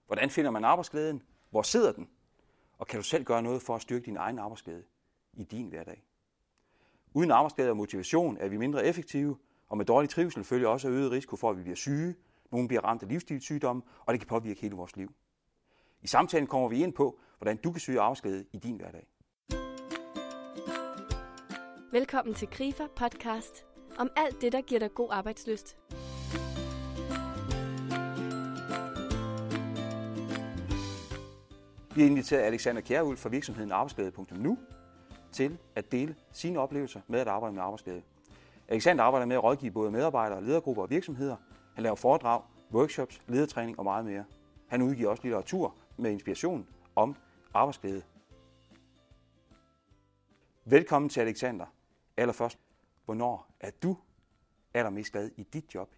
Hvordan finder man arbejdsglæden? Hvor sidder den? Og kan du selv gøre noget for at styrke din egen arbejdsglæde i din hverdag? Uden arbejdsglæde og motivation er vi mindre effektive, og med dårlig trivsel følger også øget risiko for, at vi bliver syge. Nogle bliver ramt af livsstilssygdomme, og det kan påvirke hele vores liv. I samtalen kommer vi ind på, hvordan du kan søge arbejdsglæde i din hverdag. Velkommen til Grifer Podcast om alt det, der giver dig god arbejdslyst. Vi har inviteret Alexander Kjærulf fra virksomheden Arbejdsglæde.nu til at dele sine oplevelser med at arbejde med arbejdsglæde. Alexander arbejder med at rådgive både medarbejdere, ledergrupper og virksomheder. Han laver foredrag, workshops, ledertræning og meget mere. Han udgiver også litteratur med inspiration om arbejdsglæde. Velkommen til Alexander. Allerførst, hvornår er du allermest glad i dit job?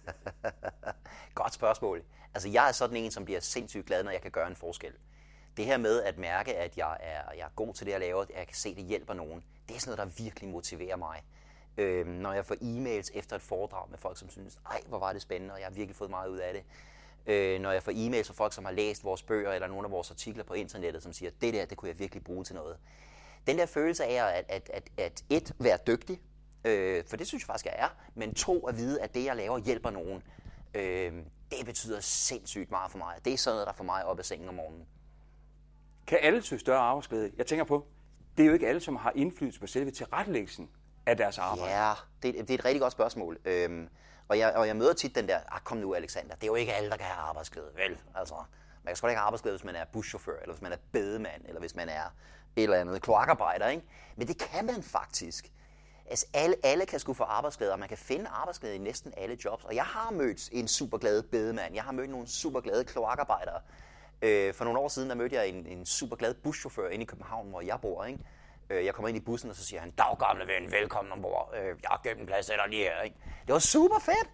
Godt spørgsmål. Altså jeg er sådan en, som bliver sindssygt glad, når jeg kan gøre en forskel. Det her med at mærke, at jeg er god til det, jeg laver, at jeg kan se, at det hjælper nogen, det er sådan noget, der virkelig motiverer mig. Når jeg får e-mails efter et foredrag med folk, som synes, ej, hvor var det spændende, og jeg har virkelig fået meget ud af det. Når jeg får e-mails fra folk, som har læst vores bøger eller nogle af vores artikler på internettet, som siger, det kunne jeg virkelig bruge til noget. Den der følelse af at være dygtig, for det synes jeg faktisk, jeg er, men 2, at vide, at det, jeg laver, hjælper nogen, det betyder sindssygt meget for mig. Det er sådan noget, der får mig op af sengen om morgenen. Kan alle søge større arbejdsglæde? Jeg tænker på, det er jo ikke alle, som har indflydelse på selve tilrettelæggelsen af deres arbejde. Ja, det er et rigtig godt spørgsmål. Og jeg møder tit den der, kom nu Alexander, det er jo ikke alle, der kan have arbejdsglæde, vel? Altså, man kan sgu da ikke have arbejdsglæde, hvis man er buschauffør, eller hvis man er bedemand, eller hvis man er et eller andet kloakarbejder, ikke? Men det kan man faktisk. Altså, alle kan sgu få arbejdsglæde, og man kan finde arbejdsglæde i næsten alle jobs. Og jeg har mødt en superglad bedemand, jeg har mødt nogle superglade kloakarbejdere. For nogle år siden, der mødte jeg en superglad buschauffør inde i København, hvor jeg bor, ikke? Jeg kommer ind i bussen, og så siger han, dag gamle ven, velkommen ombord. Jeg har gemt en plads eller lige her, ikke? Det var super fedt.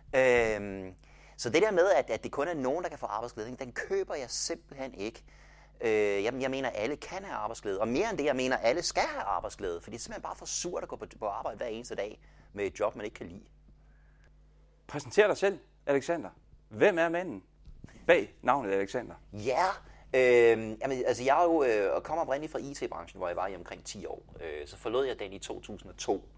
Så det der med, at det kun er nogen, der kan få arbejdsglæde, den køber jeg simpelthen ikke. Jeg mener, at alle kan have arbejdsglæde. Og mere end det, jeg mener, at alle skal have arbejdsglæde. For det er simpelthen bare for surt at gå på arbejde hver eneste dag med et job, man ikke kan lide. Præsenter dig selv, Alexander. Hvem er manden bag navnet Alexander? Ja, altså jeg er jo kommer oprindeligt fra IT-branchen, hvor jeg var i omkring 10 år. Så forlod jeg den i 2002.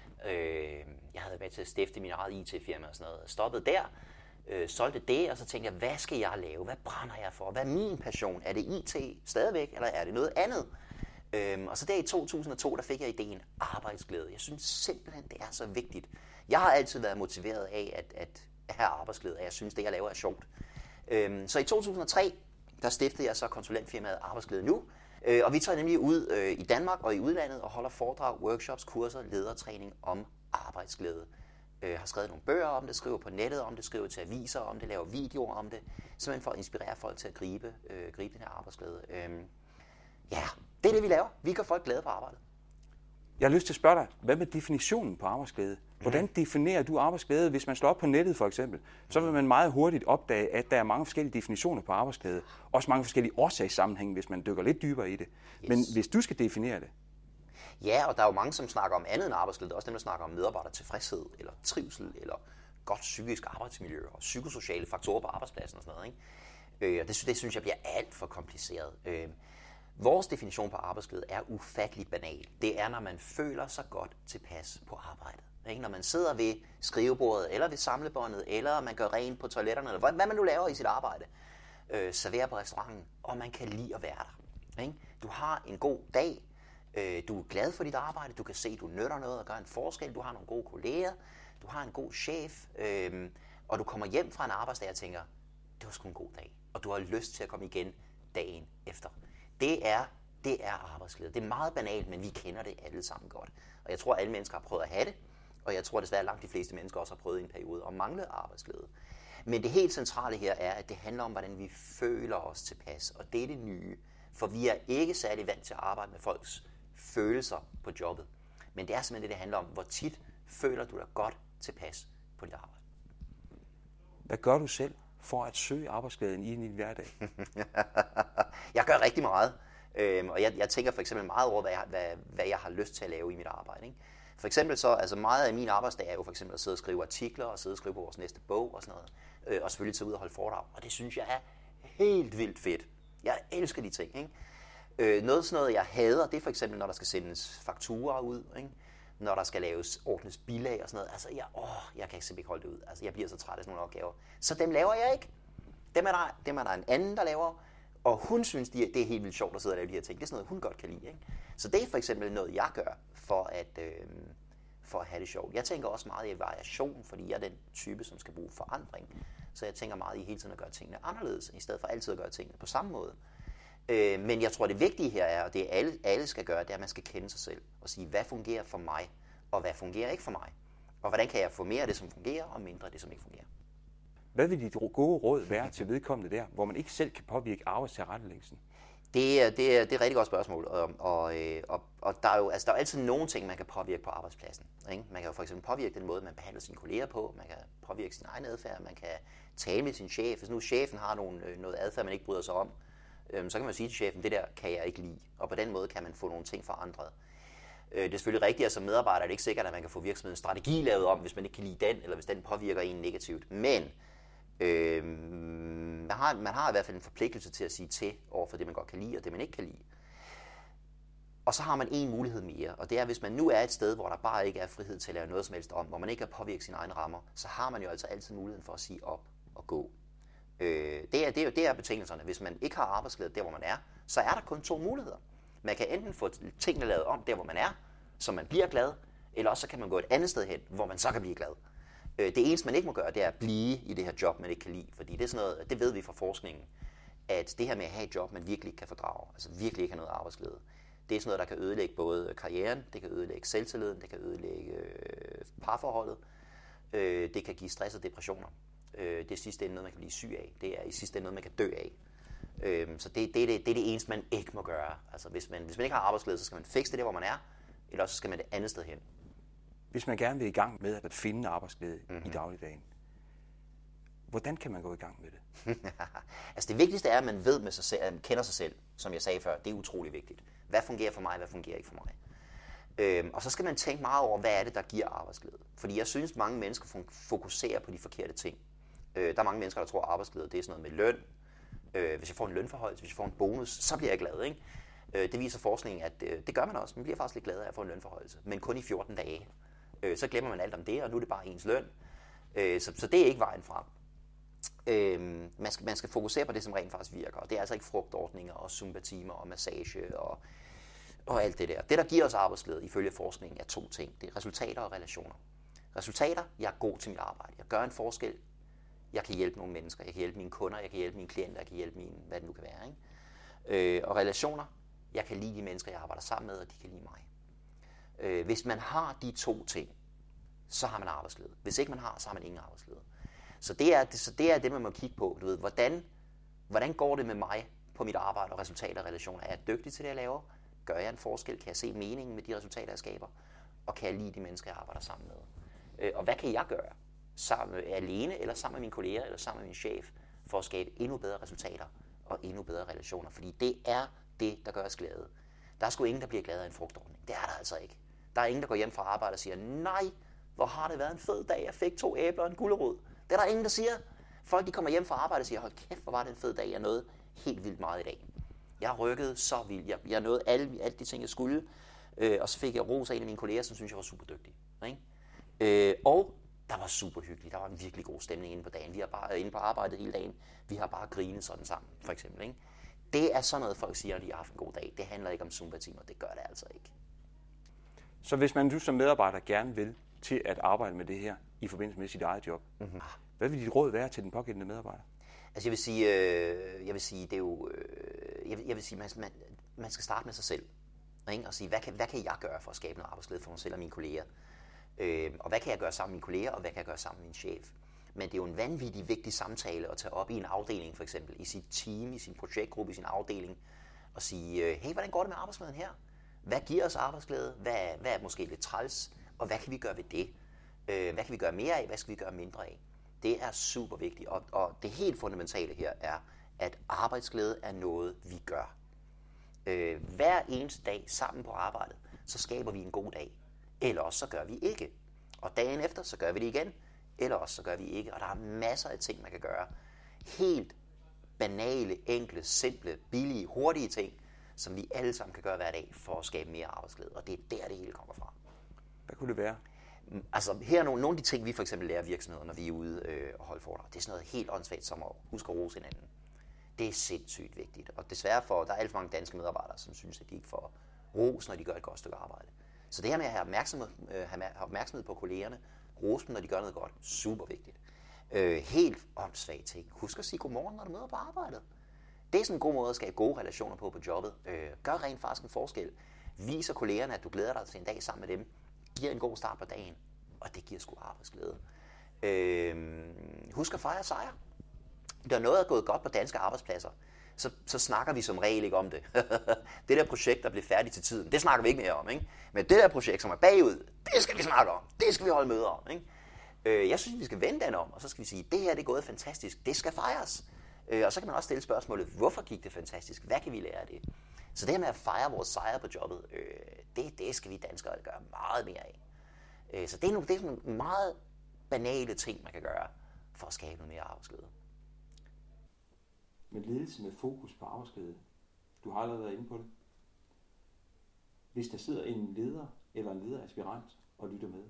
Jeg havde været til at stifte min eget IT-firma og sådan noget. Stoppede der, solgte det, og så tænkte jeg, hvad skal jeg lave? Hvad brænder jeg for? Hvad er min passion? Er det IT stadigvæk, eller er det noget andet? Og så der i 2002, der fik jeg ideen arbejdsglæde. Jeg synes simpelthen, det er så vigtigt. Jeg har altid været motiveret af at have arbejdsglæde, og jeg synes, det jeg laver er sjovt. Så i 2003, der stiftede jeg så konsulentfirmaet Arbejdsglæde Nu, og vi tager nemlig ud i Danmark og i udlandet og holder foredrag, workshops, kurser, ledertræning om arbejdsglæde. Har skrevet nogle bøger om det, skriver på nettet om det, skriver til aviser om det, laver videoer om det, simpelthen for at inspirere folk til at gribe den her arbejdsglæde. Ja, det er det, vi laver. Vi gør folk glade på arbejdet. Jeg har lyst til at spørge dig, hvad med definitionen på arbejdsglæde? Hvordan definerer du arbejdsglæde? Hvis man slår op på nettet for eksempel, så vil man meget hurtigt opdage, at der er mange forskellige definitioner på arbejdsglæde. Også mange forskellige årsagssammenhænge, hvis man dykker lidt dybere i det. Yes. Men hvis du skal definere det? Ja, og der er jo mange, som snakker om andet end arbejdsglæde. Der er også dem, der snakker om medarbejdertilfredshed, eller trivsel, eller godt psykisk arbejdsmiljø, og psykosociale faktorer på arbejdspladsen og sådan noget, ikke? Og det synes jeg bliver alt for kompliceret. Vores definition på arbejdsglæde er ufattelig banal. Det er, når man føler sig godt tilpas på arbejdet. Ikke? Når man sidder ved skrivebordet, eller ved samlebåndet, eller man gør rent på toiletterne, eller hvad man nu laver i sit arbejde. Serverer på restauranten, og man kan lide at være der. Ikke? Du har en god dag, du er glad for dit arbejde, du kan se, at du nytter noget og gør en forskel, du har nogle gode kolleger, du har en god chef, og du kommer hjem fra en arbejdsdag og tænker, det var sgu en god dag, og du har lyst til at komme igen dagen efter. Det er arbejdsglæde. Det er meget banalt, men vi kender det alle sammen godt. Og jeg tror, at alle mennesker har prøvet at have det, og jeg tror desværre, at langt de fleste mennesker også har prøvet i en periode at mangle arbejdsglæde. Men det helt centrale her er, at det handler om, hvordan vi føler os tilpas, og det er det nye. For vi er ikke særlig vant til at arbejde med folks følelser på jobbet. Men det er simpelthen det handler om, hvor tit føler du dig godt tilpas på dit arbejde. Hvad gør du selv for at søge arbejdsglæden i din hverdag? Jeg gør rigtig meget. Og jeg tænker for eksempel meget over, hvad jeg har lyst til at lave i mit arbejde. Ikke? For eksempel så, altså meget af min arbejdsdag er jo for eksempel at sidde og skrive artikler, og sidde og skrive på vores næste bog og sådan noget. Og selvfølgelig tage ud og holde foredrag. Og det synes jeg er helt vildt fedt. Jeg elsker de ting, ikke? Noget jeg hader, det er for eksempel, når der skal sendes fakturer ud, ikke? Når der skal ordnes bilag og sådan noget. Altså, jeg kan simpelthen ikke holde det ud. Altså, jeg bliver så træt af sådan nogle opgaver. Så dem laver jeg ikke. Dem er der en anden, der laver. Og hun synes, det er helt vildt sjovt at sidde og lave de her ting. Det er sådan noget, hun godt kan lide, ikke? Så det er for eksempel noget, jeg gør for at have det sjovt. Jeg tænker også meget i variation, fordi jeg er den type, som skal bruge forandring. Så jeg tænker meget i hele tiden at gøre tingene anderledes, i stedet for altid at gøre tingene på samme måde. Men jeg tror, det vigtige her er, og det alle skal gøre, det er, at man skal kende sig selv og sige, hvad fungerer for mig, og hvad fungerer ikke for mig. Og hvordan kan jeg få mere af det, som fungerer, og mindre af det, som ikke fungerer. Hvad vil dit gode råd være til vedkommende der, hvor man ikke selv kan påvirke arbejdstilrettelæggelsen? Det er et rigtig godt spørgsmål, og der er jo altid nogle ting, man kan påvirke på arbejdspladsen. Ikke? Man kan jo for eksempel påvirke den måde, man behandler sine kolleger på, man kan påvirke sin egen adfærd, man kan tale med sin chef. Hvis nu chefen har noget adfærd, man ikke bryder sig om, så kan man sige til chefen, det der kan jeg ikke lide, og på den måde kan man få nogle ting forandret. Det er selvfølgelig rigtigt, at som medarbejder er det ikke sikkert, at man kan få virksomhedens strategi lavet om, hvis man ikke kan lide den, eller hvis den påvirker en negativt. Men man har i hvert fald en forpligtelse til at sige til over for det, man godt kan lide, og det, man ikke kan lide. Og så har man en mulighed mere, og det er, hvis man nu er et sted, hvor der bare ikke er frihed til at lave noget som helst om, hvor man ikke kan påvirke sine egne rammer, så har man jo altså altid muligheden for at sige op og gå. Det er betingelserne. Hvis man ikke har arbejdsglæde der, hvor man er, så er der kun 2 muligheder. Man kan enten få tingene lavet om der, hvor man er, så man bliver glad, eller også så kan man gå et andet sted hen, hvor man så kan blive glad. Det eneste, man ikke må gøre, det er at blive i det her job, man ikke kan lide. Fordi det er sådan noget, det ved vi fra forskningen, at det her med at have et job, man virkelig ikke kan fordrage, altså virkelig ikke har noget arbejdsglæde, det er sådan noget, der kan ødelægge både karrieren, det kan ødelægge selvtilliden, det kan ødelægge parforholdet, det kan give stress og depressioner. Det er i sidste ende noget, man kan blive syg af. Det er i sidste ende noget, man kan dø af. Så det er det eneste, man ikke må gøre. Altså hvis man ikke har arbejdsglæde, så skal man fikse det der, hvor man er, eller også skal man det andet sted hen. Hvis man gerne vil i gang med at finde arbejdsglæde i dagligdagen, hvordan kan man gå i gang med det? Altså det vigtigste er, at man ved med sig selv, at man kender sig selv, som jeg sagde før. Det er utrolig vigtigt. Hvad fungerer for mig, hvad fungerer ikke for mig? Og så skal man tænke meget over, hvad er det, der giver arbejdsglæde. Fordi jeg synes, mange mennesker fokuserer på de forkerte ting. Der er mange mennesker, der tror, at arbejdsglæde det er sådan noget med løn. Hvis jeg får en lønforhøjelse, hvis jeg får en bonus, så bliver jeg glad, ikke? Det viser forskningen, at det gør man også. Man bliver faktisk lidt glad af at få en lønforhøjelse, men kun i 14 dage. Så glemmer man alt om det, og nu er det bare ens løn. Så det er ikke vejen frem. Man skal fokusere på det, som rent faktisk virker, og det er altså ikke frugtordninger og zumba-timer og massage og alt det der. Det, der giver os arbejdsglæde ifølge forskningen, er 2 ting. Det er resultater og relationer. Resultater, jeg er god til mit arbejde. Jeg gør en forskel. Jeg kan hjælpe nogle mennesker. Jeg kan hjælpe mine kunder, jeg kan hjælpe mine klienter, jeg kan hjælpe hvad det nu kan være. Ikke? Og relationer, jeg kan lide de mennesker, jeg arbejder sammen med, og de kan lide mig. Hvis man har de 2 ting, så har man arbejdsglæde. Hvis ikke man har, så har man ingen arbejdsglæde. Så det er det, man må kigge på. Du ved, hvordan går det med mig på mit arbejde og resultater og relationer? Er jeg dygtig til det, jeg laver? Gør jeg en forskel? Kan jeg se meningen med de resultater, jeg skaber? Og kan jeg lide de mennesker, jeg arbejder sammen med? Og hvad kan jeg gøre? Alene, eller sammen med mine kolleger, eller sammen med min chef, for at skabe endnu bedre resultater og endnu bedre relationer? Fordi det er det, der gør os glade. Der er sgu ingen, der bliver glad af en frugtordning. Det er der altså ikke. Der er ingen, der går hjem fra arbejde og siger, nej, hvor har det været en fed dag, jeg fik 2 æbler og en gulerod. Det er der ingen, der siger. Folk, de kommer hjem fra arbejde og siger, hold kæft, hvor var det en fed dag, jeg nåede helt vildt meget i dag. Jeg rykkede så vildt. Jeg nåede alle de ting, jeg skulle. Og så fik jeg ros af en af mine kolleger, som synes jeg var super dygtig. Ikke? Og der var super hyggeligt. Der var en virkelig god stemning inde på dagen. Vi har bare inde på arbejdet hele dagen. Vi har bare grinet sådan sammen, for eksempel. Ikke? Det er sådan noget, folk siger, at de har haft en god dag. Det handler ikke om Zumba-timer. Det gør det altså ikke. Så hvis man som medarbejder gerne vil til at arbejde med det her i forbindelse med sit eget job, hvad vil dit råd være til den pågældende medarbejder? Altså man skal starte med sig selv, ikke? Og sige, hvad kan jeg gøre for at skabe noget arbejdsglæde for mig selv og mine kolleger? Og hvad kan jeg gøre sammen med mine kolleger, og hvad kan jeg gøre sammen med min chef? Men det er jo en vanvittig vigtig samtale at tage op i en afdeling, for eksempel, i sit team, i sin projektgruppe, i sin afdeling, og sige, hey, hvordan går det med arbejdsglæden her? Hvad giver os arbejdsglæde? Hvad er måske lidt træls? Og hvad kan vi gøre ved det? Hvad kan vi gøre mere af? Hvad skal vi gøre mindre af? Det er super vigtigt, og det helt fundamentale her er, at arbejdsglæde er noget, vi gør. Hver eneste dag sammen på arbejdet, så skaber vi en god dag. Eller også så gør vi ikke. Og dagen efter, så gør vi det igen. Eller også så gør vi ikke. Og der er masser af ting, man kan gøre helt banale, enkle, simple, billige, hurtige ting, som vi alle sammen kan gøre hver dag for at skabe mere arbejdsglæde. Og det er der, det hele kommer fra. Hvad kunne det være? Altså, her er nogle af de ting, vi for eksempel lærer virksomheder, når vi er ude og holde foredrag. Det er sådan noget helt åndssvagt som at huske at rose hinanden. Det er sindssygt vigtigt. Og desværre der er alt for mange danske medarbejdere, som synes, at de ikke får ros, når de gør et godt stykke arbejde. Så det her med at have opmærksomhed på kollegerne, rose dem, når de gør noget godt, super vigtigt. Helt åndssvagt ting. Husk at sige godmorgen, når du møder på arbejdet. Det er sådan en god måde at skabe gode relationer på jobbet. Gør rent faktisk en forskel. Viser kollegerne, at du glæder dig til en dag sammen med dem. Giver en god start på dagen. Og det giver sgu arbejdsglæde. Husk at fejre sejre. Der er noget, der er gået godt på danske arbejdspladser. Så snakker vi som regel ikke om det. Det der projekt, der bliver færdigt til tiden, det snakker vi ikke mere om. Ikke? Men det der projekt, som er bagud, det skal vi snakke om. Det skal vi holde møder om. Ikke? Jeg synes, vi skal vende den om, og så skal vi sige, det her det er gået fantastisk. Det skal fejres. Og så kan man også stille spørgsmålet, hvorfor gik det fantastisk? Hvad kan vi lære af det? Så det her med at fejre vores sejre på jobbet, det skal vi danskere gøre meget mere af. Så det er sådan nogle meget banale ting, man kan gøre for at skabe noget mere arbejdsglæde. Med ledelse med fokus på arbejdsglæde. Du har allerede været inde på det. Hvis der sidder en leder eller en lederaspirant og lytter med,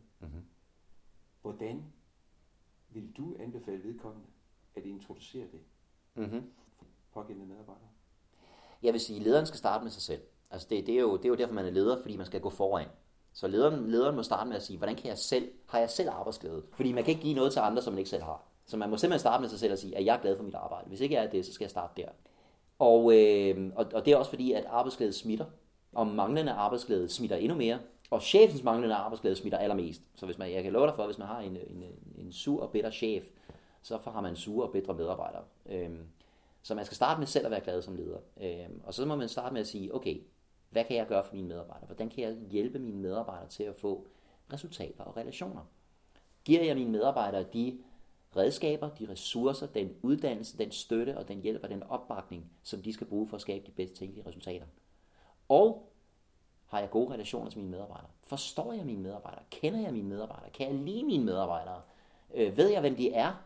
hvordan vil du anbefale vedkommende at introducere det pågældende medarbejdere? Jeg vil sige, at lederen skal starte med sig selv. Altså det er jo derfor, man er leder, fordi man skal gå foran. Så lederen må starte med at sige, hvordan har jeg selv arbejdsglæde? Fordi man kan ikke give noget til andre, som man ikke selv har. Så man må simpelthen starte med sig selv og sige, at jeg er glad for mit arbejde. Hvis ikke jeg er det, så skal jeg starte der. Og det er også fordi, at arbejdsglæde smitter. Og manglende arbejdsglæde smitter endnu mere. Og chefens manglende arbejdsglæde smitter allermest. Så jeg kan love dig for, hvis man har en sur og bitter chef, så har man sure og bitre medarbejdere. Så man skal starte med selv at være glad som leder. Og så må man starte med at sige, okay, hvad kan jeg gøre for mine medarbejdere? Hvordan kan jeg hjælpe mine medarbejdere til at få resultater og relationer? Giver jeg mine medarbejdere de redskaber, de ressourcer, den uddannelse, den støtte og den hjælp og den opbakning, som de skal bruge for at skabe de bedst tænkelige resultater? Og har jeg gode relationer til mine medarbejdere? Forstår jeg mine medarbejdere? Kender jeg mine medarbejdere? Kan jeg lide mine medarbejdere? Ved jeg, hvem de er?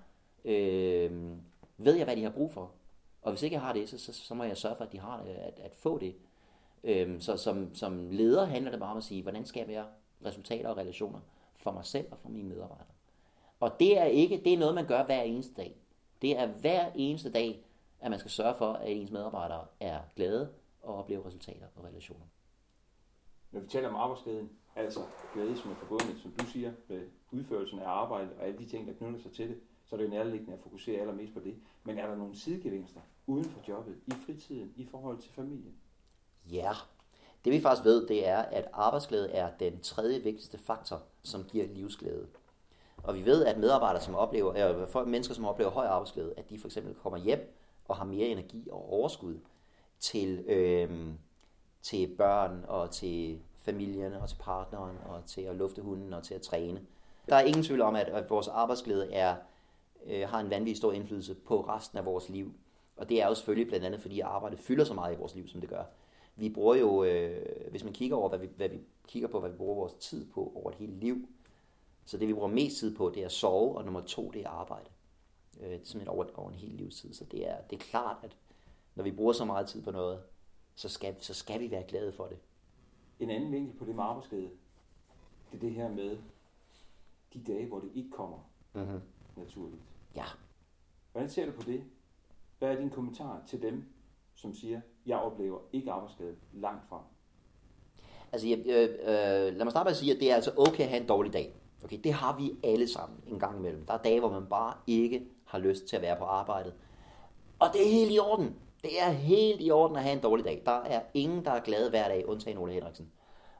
Ved jeg, hvad de har brug for? Og hvis ikke jeg har det, så må jeg sørge for, at de har at få det. Så som leder handler det bare om at sige, hvordan skaber jeg resultater og relationer for mig selv og for mine medarbejdere. Og det er noget, man gør hver eneste dag. Det er hver eneste dag, at man skal sørge for, at ens medarbejdere er glade og oplever resultater og relationer. Når vi taler om arbejdsglæden, altså glæde, som er forbundet, som du siger, med udførelsen af arbejde og alle de ting, der knytter sig til det, så er det jo nærliggende at fokusere allermest på det. Men er der nogle sidegevinster uden for jobbet, i fritiden, i forhold til familien? Ja, det vi faktisk ved, det er, at arbejdsglæde er den tredje vigtigste faktor, som giver livsglæde. Og vi ved, at mennesker, som oplever høj arbejdsglæde, at de for eksempel kommer hjem og har mere energi og overskud til børn og til familien og til partneren og til at lufte hunden og til at træne. Der er ingen tvivl om, at vores arbejdsglæde har en vanvittig stor indflydelse på resten af vores liv. Og det er jo selvfølgelig blandt andet, fordi arbejdet fylder så meget i vores liv, som det gør. Vi bruger jo, hvis man kigger over, hvad vi bruger vores tid på over et helt liv, så det vi bruger mest tid på, det er at sove, og nummer 2, det er arbejde. Det er simpelthen over en hel livstid. Så det er klart, at når vi bruger så meget tid på noget, så skal vi være glade for det. En anden vinkel på det med arbejdsglæde, det er det her med de dage, hvor det ikke kommer naturligt. Ja. Hvordan ser du på det? Hvad er din kommentar til dem, som siger, jeg oplever ikke arbejdsglæde langt fra? Altså, lad mig starte med at sige, at det er altså okay at have en dårlig dag. Okay, det har vi alle sammen en gang imellem. Der er dage, hvor man bare ikke har lyst til at være på arbejdet. Og det er helt i orden. Det er helt i orden at have en dårlig dag. Der er ingen, der er glade hver dag, undtagen Ole Henriksen.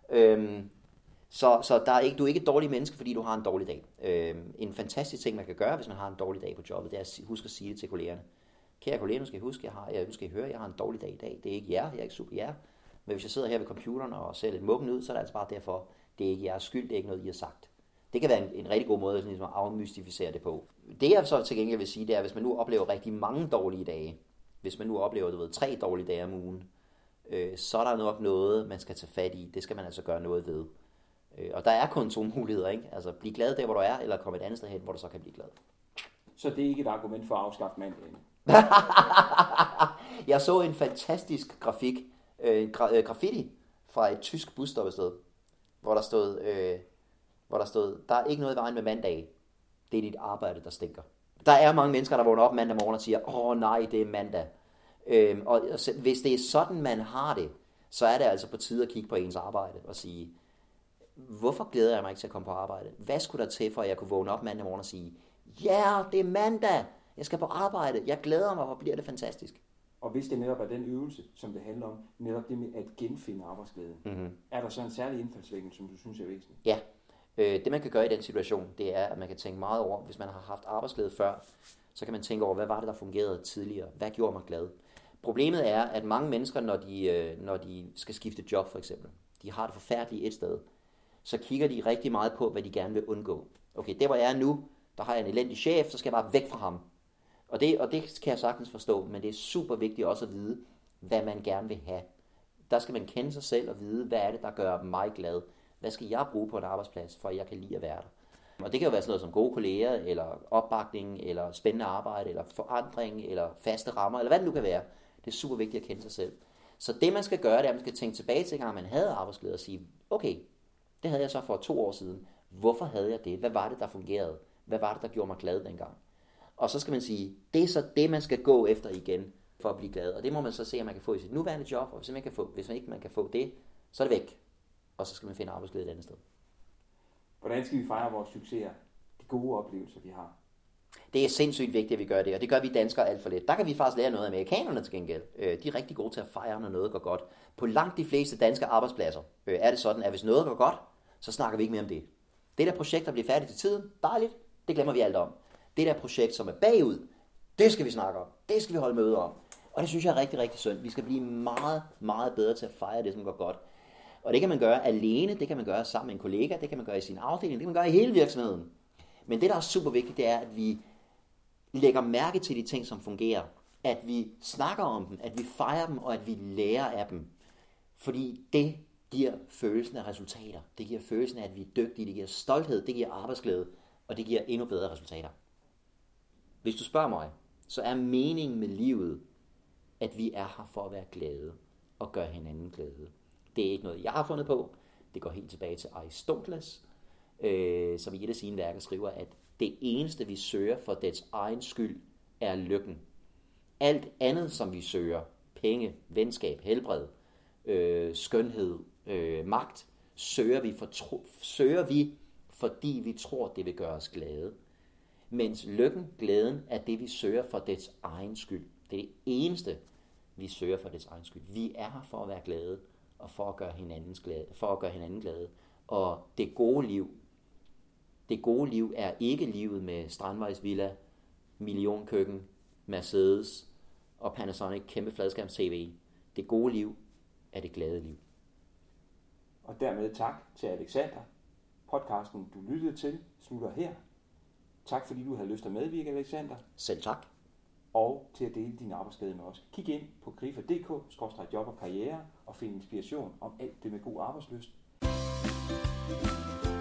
Så du er ikke et dårligt menneske, fordi du har en dårlig dag. En fantastisk ting, man kan gøre, hvis man har en dårlig dag på jobbet, det er at huske at sige det til kollegerne. Kære kolleger, nu skal I huske, nu skal I høre, jeg har en dårlig dag i dag. Det er ikke jer, jeg er ikke super jer. Men hvis jeg sidder her ved computeren og ser lidt mukken ud, så er det altså bare derfor, det er ikke jeres skyld, det er ikke noget, I har sagt. Det kan være en rigtig god måde sådan, at afmystificere det på. Det jeg så til gengæld vil sige, det er, hvis man nu oplever rigtig mange dårlige dage, hvis man nu oplever 3 dårlige dage om ugen, så er der nok noget, man skal tage fat i. Det skal man altså gøre noget ved. Og der er kun 2 muligheder, ikke? Altså bliv glad der, hvor du er, eller komme et andet sted hen, hvor du så kan blive glad. Så det er ikke et argument for at afskaffe mandagen? Jeg så en fantastisk graffiti fra et tysk busstoppested, hvor der stod, der er ikke noget i vejen med mandag. Det er dit arbejde, der stinker. Der er mange mennesker, der vågner op mandag morgen og siger, nej, det er mandag. Og hvis det er sådan, man har det, så er det altså på tide at kigge på ens arbejde og sige, hvorfor glæder jeg mig ikke til at komme på arbejde? Hvad skulle der til, for at jeg kunne vågne op mandag morgen og sige, det er mandag, jeg skal på arbejde, jeg glæder mig, hvor bliver det fantastisk. Og hvis det netop er den øvelse, som det handler om, netop det med at genfinde arbejdsglæden, er der så en særlig indfaldsvinkel, som du synes er væsentlig? Ja, det man kan gøre i den situation, det er, at man kan tænke meget over, hvis man har haft arbejdsglæde før, så kan man tænke over, hvad var det, der fungerede tidligere? Hvad gjorde mig glad? Problemet er, at mange mennesker, når de skal skifte job for eksempel, de har det forfærdeligt et sted, så kigger de rigtig meget på, hvad de gerne vil undgå. Okay, der hvor jeg er nu, der har jeg en elendig chef, så skal jeg bare væk fra ham. Og det kan jeg sagtens forstå, men det er super vigtigt også at vide, hvad man gerne vil have. Der skal man kende sig selv og vide, hvad er det, der gør mig glad. Hvad skal jeg bruge på en arbejdsplads, for at jeg kan lide at være der? Og det kan jo være sådan noget som gode kolleger, eller opbakning, eller spændende arbejde, eller forandring, eller faste rammer, eller hvad det nu kan være. Det er super vigtigt at kende sig selv. Så det man skal gøre, det er, at man skal tænke tilbage til, at man havde arbejdsglæde og sige, okay, det havde jeg så for 2 år siden. Hvorfor havde jeg det? Hvad var det, der fungerede? Hvad var det, der gjorde mig glad dengang? Og så skal man sige, det er så det, man skal gå efter igen, for at blive glad. Og det må man så se, om man kan få i sit nuværende job, og hvis man ikke kan få det, så er det væk. Og så skal man finde arbejdsglæde et andet sted. Hvordan skal vi fejre vores succeser? De gode oplevelser, vi har. Det er sindssygt vigtigt, at vi gør det, og det gør vi danskere alt for lidt. Der kan vi faktisk lære noget af amerikanerne til gengæld. De er rigtig gode til at fejre, når noget går godt. På langt de fleste danske arbejdspladser er det sådan, at hvis noget går godt, så snakker vi ikke mere om det. Det der projekt, der bliver færdigt til tiden, dejligt, det glemmer vi alt om. Det der projekt, som er bagud, det skal vi snakke om. Det skal vi holde møde om. Og det synes jeg er rigtig, rigtig synd. Vi skal blive meget, meget bedre til at fejre det, som går godt. Og det kan man gøre alene, det kan man gøre sammen med en kollega, det kan man gøre i sin afdeling, det kan man gøre i hele virksomheden. Men det, der er super vigtigt, det er, at vi lægger mærke til de ting, som fungerer. At vi snakker om dem, at vi fejrer dem, og at vi lærer af dem. Fordi det giver følelsen af resultater. Det giver følelsen af, at vi er dygtige, det giver stolthed, det giver arbejdsglæde, og det giver endnu bedre resultater. Hvis du spørger mig, så er meningen med livet, at vi er her for at være glade og gøre hinanden glade. Det er ikke noget, jeg har fundet på. Det går helt tilbage til Aristoteles, som i et af sine værker skriver, at det eneste, vi søger for dets egen skyld, er lykken. Alt andet, som vi søger, penge, venskab, helbred, skønhed, magt, søger vi, fordi vi tror, det vil gøre os glade. Mens lykken, glæden, er det, vi søger for dets egen skyld. Det er det eneste, vi søger for dets egen skyld. Vi er her for at være glade, og for at gøre hinanden glade. Og det gode liv er ikke livet med Strandvejsvilla, millionkøkken, Mercedes og Panasonic kæmpe fladskærms TV. Det gode liv er det glade liv. Og dermed tak til Alexander. Podcasten, du lyttede til, slutter her. Tak fordi du havde lyst til at medvirke, Alexander. Selv tak. Og til at dele din arbejdsglæde med os. Kig ind på grifer.dk/job og karriere og find inspiration om alt det med god arbejdslyst.